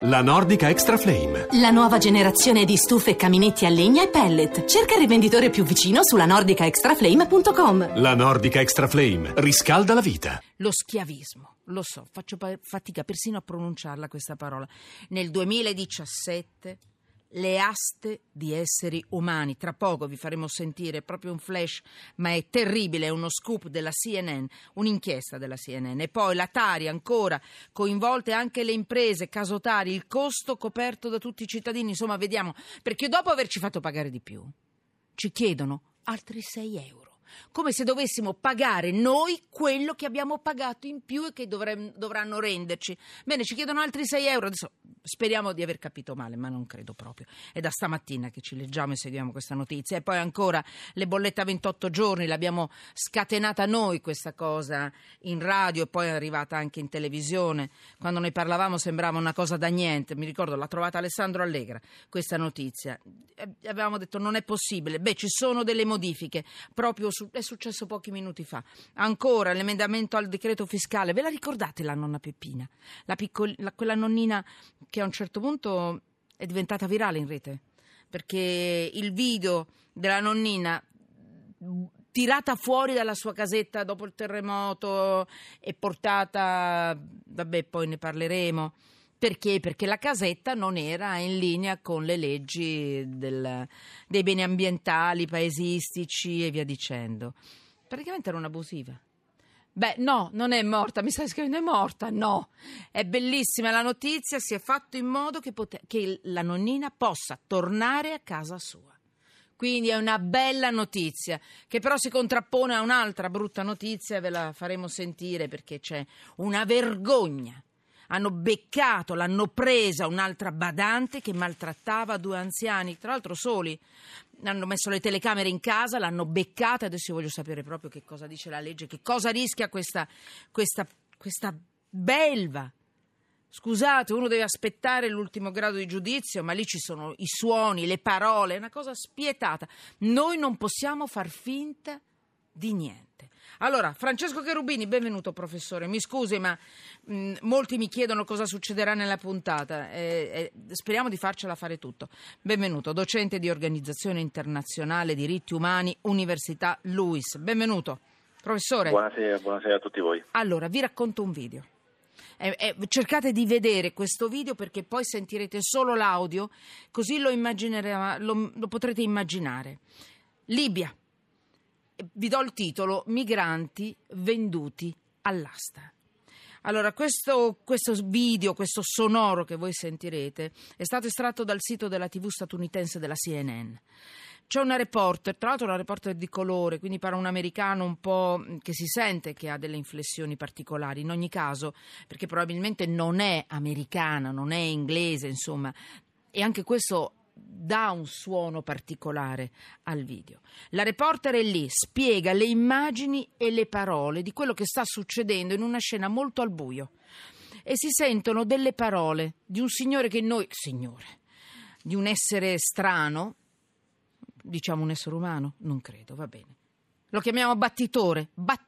La Nordica Extra Flame. La nuova generazione di stufe e caminetti a legna e pellet. Cerca il rivenditore più vicino sulla nordicaextraflame.com. La Nordica Extra Flame riscalda la vita. Lo schiavismo, lo so, faccio fatica persino a pronunciarla questa parola. Nel 2017 le aste di esseri umani. Tra poco vi faremo sentire proprio un flash, ma è terribile, è uno scoop della CNN, un'inchiesta della CNN. E poi la Tari ancora, coinvolte anche le imprese, caso Tari, il costo coperto da tutti i cittadini. Insomma, vediamo, perché dopo averci fatto pagare di più, ci chiedono altri 6 euro. Come se dovessimo pagare noi quello che abbiamo pagato in più e che dovranno renderci. Bene, ci chiedono altri 6 euro. Adesso speriamo di aver capito male, ma non credo proprio. È da stamattina che ci leggiamo e seguiamo questa notizia. E poi ancora le bollette a 28 giorni, l'abbiamo scatenata noi questa cosa in radio e poi è arrivata anche in televisione. Quando ne parlavamo sembrava una cosa da niente. Mi ricordo, l'ha trovata Alessandro Allegra questa notizia. Avevamo detto non è possibile. Beh, ci sono delle modifiche proprio è successo pochi minuti fa. Ancora l'emendamento al decreto fiscale. Ve la ricordate la nonna Peppina? Quella nonnina che a un certo punto è diventata virale in rete, perché il video della nonnina tirata fuori dalla sua casetta dopo il terremoto e portata, vabbè, poi ne parleremo. Perché? Perché la casetta non era in linea con le leggi dei beni ambientali, paesistici e via dicendo. Praticamente era un'abusiva. Beh, no, non è morta, mi stai scrivendo, è morta? No, è bellissima la notizia, si è fatto in modo che la nonnina possa tornare a casa sua. Quindi è una bella notizia, che però si contrappone a un'altra brutta notizia, ve la faremo sentire perché c'è una vergogna. L'hanno presa un'altra badante che maltrattava 2 anziani, tra l'altro soli. Hanno messo le telecamere in casa, l'hanno beccata. Adesso io voglio sapere proprio che cosa dice la legge, che cosa rischia questa belva. Scusate, uno deve aspettare l'ultimo grado di giudizio, ma lì ci sono i suoni, le parole, è una cosa spietata. Noi non possiamo far finta di niente. Allora, Francesco Cherubini, benvenuto professore. Mi scusi, ma molti mi chiedono cosa succederà nella puntata. Speriamo di farcela fare tutto. Benvenuto, docente di Organizzazione Internazionale Diritti Umani, Università LUISS. Benvenuto, professore. Buonasera a tutti voi. Allora, vi racconto un video. Cercate di vedere questo video perché poi sentirete solo l'audio, così lo potrete immaginare. Libia. Vi do il titolo: Migranti venduti all'asta. Allora, questo video, questo sonoro che voi sentirete, è stato estratto dal sito della TV statunitense della CNN. C'è una reporter, tra l'altro una reporter di colore, quindi parla un americano un po' che si sente che ha delle inflessioni particolari, in ogni caso, perché probabilmente non è americana, non è inglese, insomma, e anche questo dà un suono particolare al video. La reporter è lì, spiega le immagini e le parole di quello che sta succedendo in una scena molto al buio e si sentono delle parole di un signore di un essere strano, diciamo un essere umano? Non credo, va bene. Lo chiamiamo battitore.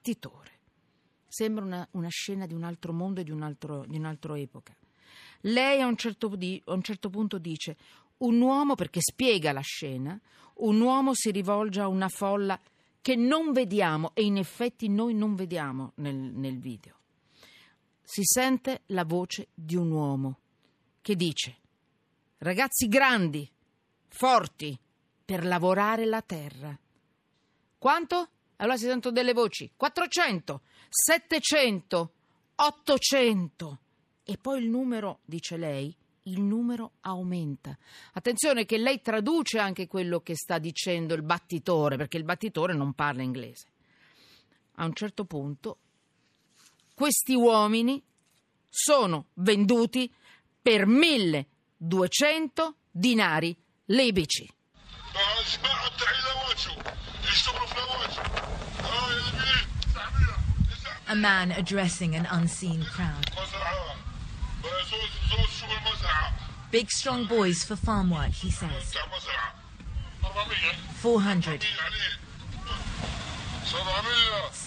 Sembra una scena di un altro mondo e di un'altra epoca. Lei a un certo punto dice: un uomo, perché spiega la scena, un uomo si rivolge a una folla che non vediamo, e in effetti noi non vediamo nel video. Si sente la voce di un uomo che dice: ragazzi grandi, forti, per lavorare la terra. Quanto? Allora si sentono delle voci: 400, 700, 800. E poi il numero, dice lei, il numero aumenta. Attenzione che lei traduce anche quello che sta dicendo il battitore, perché il battitore non parla inglese. A un certo punto questi uomini sono venduti per 1200 dinari libici. A man addressing an unseen crowd. Big strong boys for farm work, he says. 400.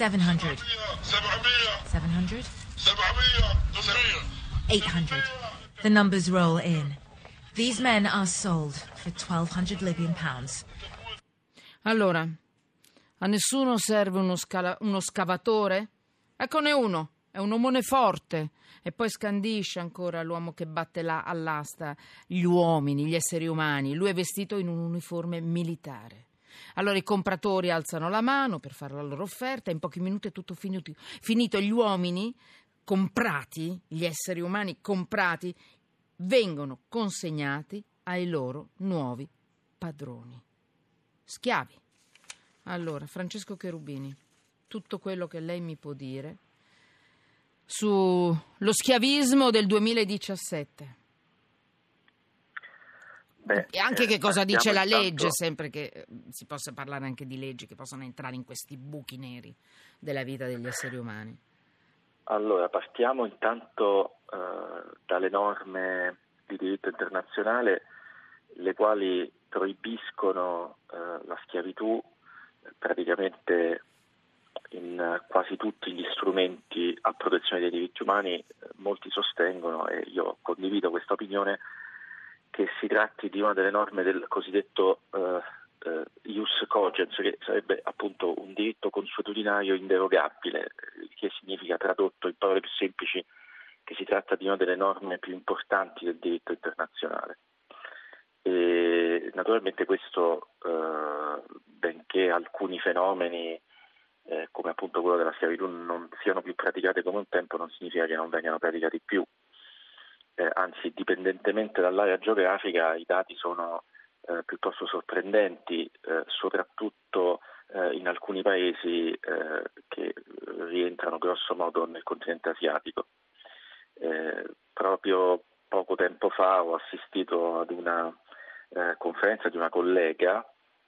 700. 700. 800. The numbers roll in. These men are sold for 1,200 Libyan pounds. Allora, a nessuno serve uno scavatore? Eccone uno, è un omone forte. E poi scandisce ancora l'uomo che batte là all'asta gli uomini, gli esseri umani. Lui è vestito in un uniforme militare. Allora i compratori alzano la mano per fare la loro offerta, in pochi minuti è tutto finito. Gli uomini comprati, gli esseri umani comprati, vengono consegnati ai loro nuovi padroni. Schiavi. Allora, Francesco Cherubini, tutto quello che lei mi può dire sullo schiavismo del 2017. E anche che cosa dice la legge, sempre che si possa parlare anche di leggi che possano entrare in questi buchi neri della vita degli esseri umani. Allora, partiamo intanto dalle norme di diritto internazionale, le quali proibiscono la schiavitù praticamente in quasi tutti gli strumenti a protezione dei diritti umani. Molti sostengono, e io condivido questa opinione, che si tratti di una delle norme del cosiddetto ius cogens, che sarebbe appunto un diritto consuetudinario inderogabile, che significa, tradotto in parole più semplici, che si tratta di una delle norme più importanti del diritto internazionale. E naturalmente questo, benché alcuni fenomeni come appunto quello della schiavitù non siano più praticate come un tempo, non significa che non vengano praticati più. Anzi, dipendentemente dall'area geografica, i dati sono piuttosto sorprendenti, soprattutto in alcuni paesi che rientrano grosso modo nel continente asiatico. Proprio poco tempo fa ho assistito ad una conferenza di una collega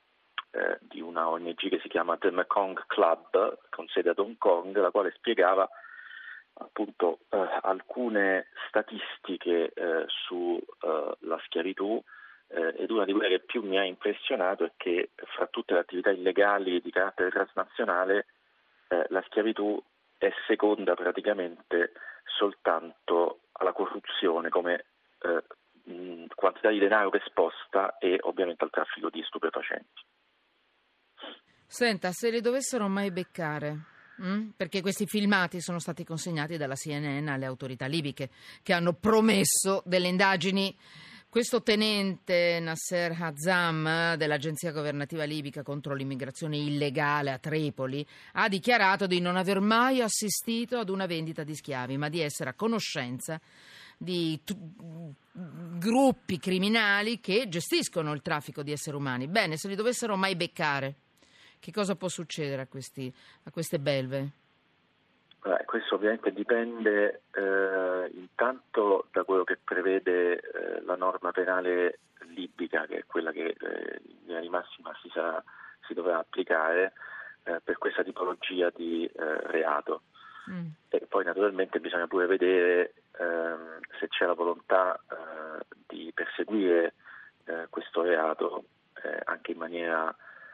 di una ONG che si chiama The Mekong Club, con sede ad Hong Kong, la quale spiegava appunto alcune statistiche sulla schiavitù, ed una di quelle che più mi ha impressionato è che fra tutte le attività illegali di carattere transnazionale la schiavitù è seconda praticamente soltanto alla corruzione come quantità di denaro che sposta, e ovviamente al traffico di stupefacenti. Senta, se li dovessero mai beccare, perché questi filmati sono stati consegnati dalla CNN alle autorità libiche, che hanno promesso delle indagini. Questo tenente Nasser Hazam dell'agenzia governativa libica contro l'immigrazione illegale a Tripoli ha dichiarato di non aver mai assistito ad una vendita di schiavi, ma di essere a conoscenza di gruppi criminali che gestiscono il traffico di esseri umani. Bene, se li dovessero mai beccare, che cosa può succedere a queste belve? Questo ovviamente dipende intanto da quello che prevede la norma penale libica, che è quella che in linea di massima si dovrà applicare per questa tipologia di reato. E poi naturalmente bisogna pure vedere se c'è la volontà di perseguire questo reato anche in maniera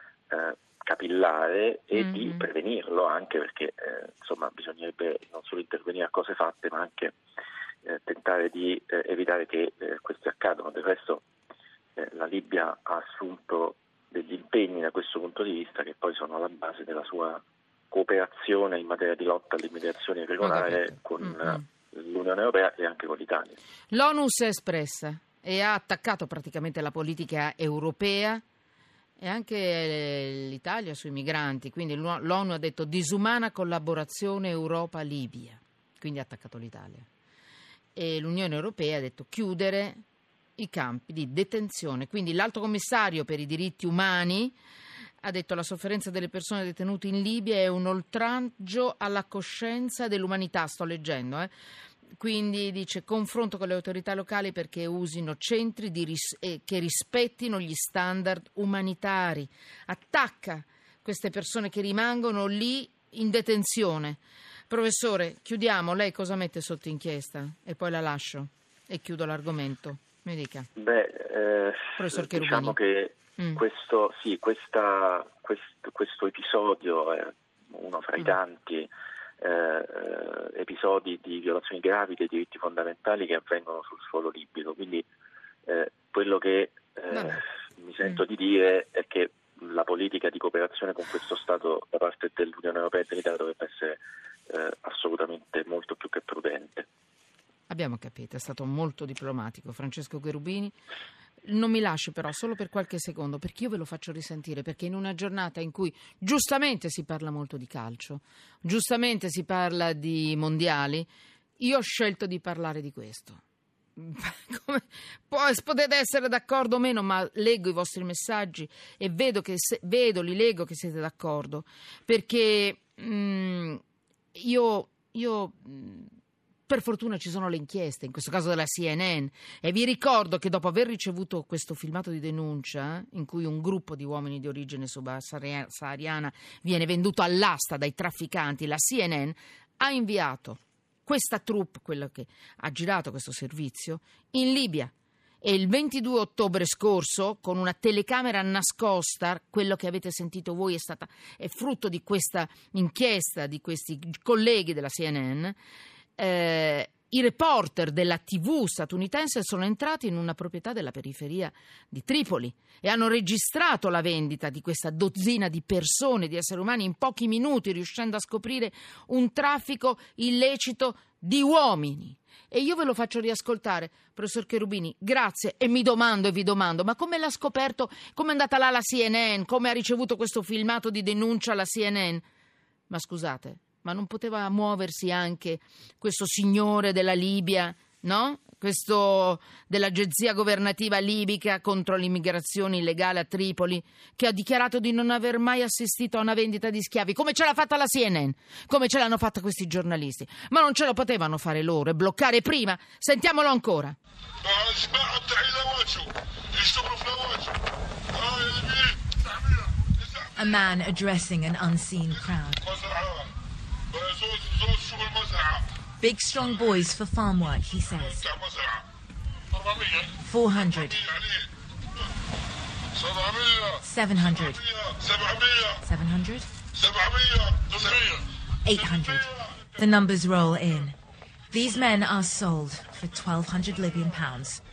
capillare e di prevenirlo, anche perché insomma bisognerebbe non solo intervenire a cose fatte, ma anche tentare di evitare che questi accadano. Del resto la Libia ha assunto degli impegni da questo punto di vista che poi sono alla base della sua cooperazione in materia di lotta all'immigrazione irregolare con l'Unione Europea e anche con l'Italia. L'ONU si è espressa e ha attaccato praticamente la politica europea e anche l'Italia sui migranti, quindi l'ONU ha detto disumana collaborazione Europa-Libia, quindi ha attaccato l'Italia, e l'Unione Europea ha detto chiudere i campi di detenzione, quindi l'Alto Commissario per i diritti umani ha detto la sofferenza delle persone detenute in Libia è un oltraggio alla coscienza dell'umanità, sto leggendo, Quindi dice confronto con le autorità locali perché usino centri che rispettino gli standard umanitari. Attacca queste persone che rimangono lì in detenzione. Professore, chiudiamo. Lei cosa mette sotto inchiesta? E poi la lascio e chiudo l'argomento. Mi dica. Professor Cherubini. Diciamo che questo episodio è uno fra i tanti episodi di violazioni gravi dei diritti fondamentali che avvengono sul suolo libico. Quindi quello che mi sento di dire è che la politica di cooperazione con questo Stato da parte dell'Unione Europea e dell'Italia dovrebbe essere assolutamente molto più che prudente. Abbiamo capito, è stato molto diplomatico Francesco Cherubini. Non mi lasci però solo per qualche secondo, perché io ve lo faccio risentire, perché in una giornata in cui giustamente si parla molto di calcio, giustamente si parla di mondiali, io ho scelto di parlare di questo. Potete essere d'accordo o meno, ma leggo i vostri messaggi e leggo che siete d'accordo, perché io per fortuna ci sono le inchieste, in questo caso della CNN, e vi ricordo che dopo aver ricevuto questo filmato di denuncia in cui un gruppo di uomini di origine subsahariana viene venduto all'asta dai trafficanti, la CNN ha inviato questa troupe, quella che ha girato questo servizio, in Libia. E il 22 ottobre scorso, con una telecamera nascosta, quello che avete sentito voi è frutto di questa inchiesta di questi colleghi della CNN, i reporter della TV statunitense sono entrati in una proprietà della periferia di Tripoli e hanno registrato la vendita di questa dozzina di persone, di esseri umani, in pochi minuti, riuscendo a scoprire un traffico illecito di uomini. E io ve lo faccio riascoltare, professor Cherubini, grazie, e vi domando, ma come l'ha scoperto, come è andata là la CNN, come ha ricevuto questo filmato di denuncia la CNN? Ma scusate, ma non poteva muoversi anche questo signore della Libia, no? Questo dell'agenzia governativa libica contro l'immigrazione illegale a Tripoli, che ha dichiarato di non aver mai assistito a una vendita di schiavi. Come ce l'ha fatta la CNN? Come ce l'hanno fatta questi giornalisti? Ma non ce lo potevano fare loro e bloccare prima? Sentiamolo ancora. A man addressing an unseen crowd. Big strong boys for farm work, he says. 400. 700. 700. 800. The numbers roll in. These men are sold for 1,200 Libyan pounds.